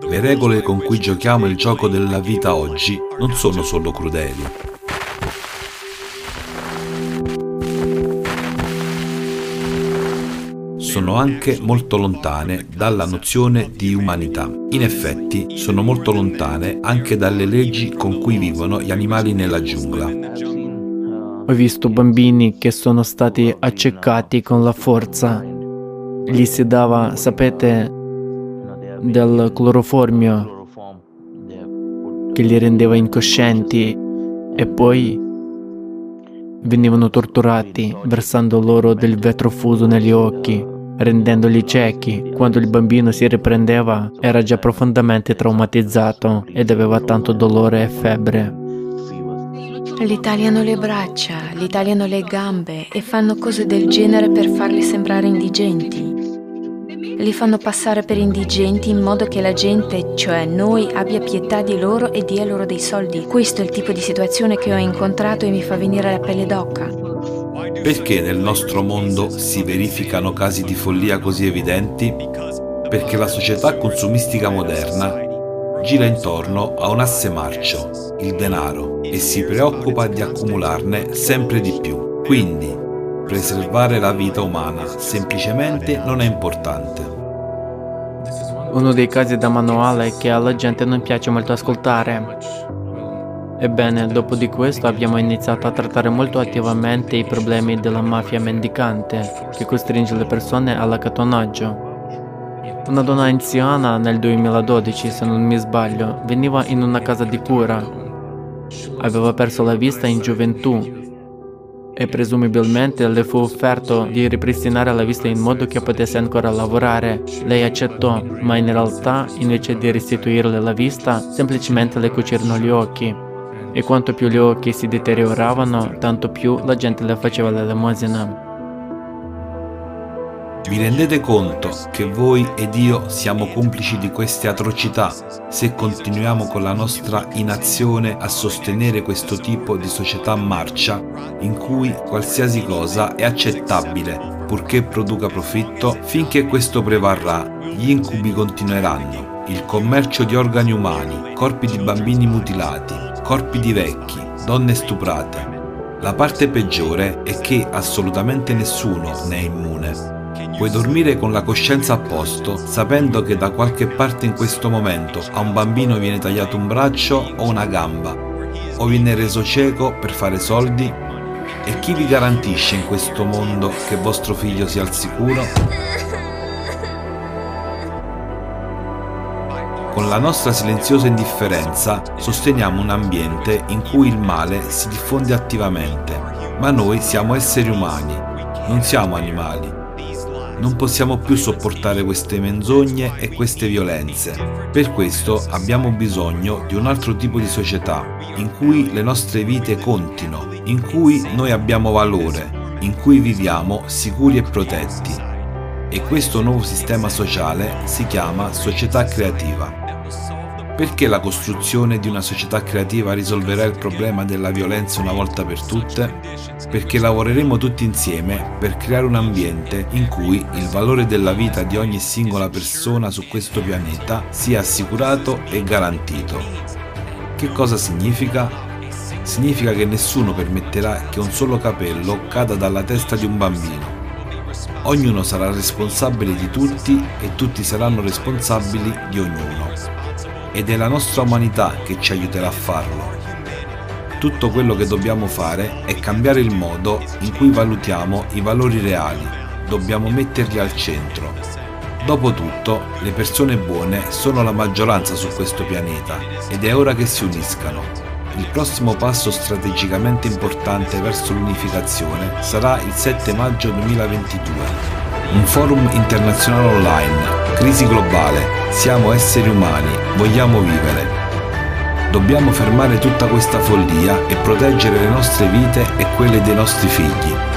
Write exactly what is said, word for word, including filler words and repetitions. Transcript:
Le regole con cui giochiamo il gioco della vita oggi non sono solo crudeli. Sono anche molto lontane dalla nozione di umanità. In effetti, sono molto lontane anche dalle leggi con cui vivono gli animali nella giungla. Ho visto bambini che sono stati accecati con la forza. Gli si dava, sapete, del cloroformio che li rendeva incoscienti e poi venivano torturati versando loro del vetro fuso negli occhi, rendendoli ciechi. Quando il bambino si riprendeva era già profondamente traumatizzato ed aveva tanto dolore e febbre. Gli tagliano le braccia, gli tagliano le gambe e fanno cose del genere per farli sembrare indigenti. Li fanno passare per indigenti in modo che la gente, cioè noi, abbia pietà di loro e dia loro dei soldi. Questo è il tipo di situazione che ho incontrato e mi fa venire la pelle d'oca. Perché nel nostro mondo si verificano casi di follia così evidenti? Perché la società consumistica moderna gira intorno a un asse marcio, il denaro, e si preoccupa di accumularne sempre di più. Quindi, preservare la vita umana semplicemente non è importante. Uno dei casi da manuale è che alla gente non piace molto ascoltare. Ebbene, dopo di questo abbiamo iniziato a trattare molto attivamente i problemi della mafia mendicante che costringe le persone all'accattonaggio. Una donna anziana nel duemiladodici, se non mi sbaglio, veniva in una casa di cura. Aveva perso la vista in gioventù e presumibilmente le fu offerto di ripristinare la vista in modo che potesse ancora lavorare. Lei accettò, ma in realtà, invece di restituirle la vista, semplicemente le cucirono gli occhi. E quanto più gli occhi si deterioravano, tanto più la gente le faceva l'elemosina. Vi rendete conto che voi ed io siamo complici di queste atrocità se continuiamo con la nostra inazione a sostenere questo tipo di società marcia in cui qualsiasi cosa è accettabile purché produca profitto? Finché questo prevarrà, gli incubi continueranno, il commercio di organi umani, corpi di bambini mutilati, corpi di vecchi, donne stuprate. La parte peggiore è che assolutamente nessuno ne è immune. Puoi dormire con la coscienza a posto, sapendo che da qualche parte in questo momento a un bambino viene tagliato un braccio o una gamba, o viene reso cieco per fare soldi? E chi vi garantisce in questo mondo che vostro figlio sia al sicuro? Con la nostra silenziosa indifferenza sosteniamo un ambiente in cui il male si diffonde attivamente, ma noi siamo esseri umani, non siamo animali. Non possiamo più sopportare queste menzogne e queste violenze. Per questo abbiamo bisogno di un altro tipo di società, in cui le nostre vite contino, in cui noi abbiamo valore, in cui viviamo sicuri e protetti. E questo nuovo sistema sociale si chiama società creativa. Perché la costruzione di una società creativa risolverà il problema della violenza una volta per tutte? Perché lavoreremo tutti insieme per creare un ambiente in cui il valore della vita di ogni singola persona su questo pianeta sia assicurato e garantito. Che cosa significa? Significa che nessuno permetterà che un solo capello cada dalla testa di un bambino. Ognuno sarà responsabile di tutti e tutti saranno responsabili di ognuno. Ed è la nostra umanità che ci aiuterà a farlo. Tutto quello che dobbiamo fare è cambiare il modo in cui valutiamo i valori reali, dobbiamo metterli al centro. Dopotutto, le persone buone sono la maggioranza su questo pianeta ed è ora che si uniscano. Il prossimo passo strategicamente importante verso l'unificazione sarà il sette maggio duemilaventidue. Un forum internazionale online, crisi globale, siamo esseri umani, vogliamo vivere. Dobbiamo fermare tutta questa follia e proteggere le nostre vite e quelle dei nostri figli.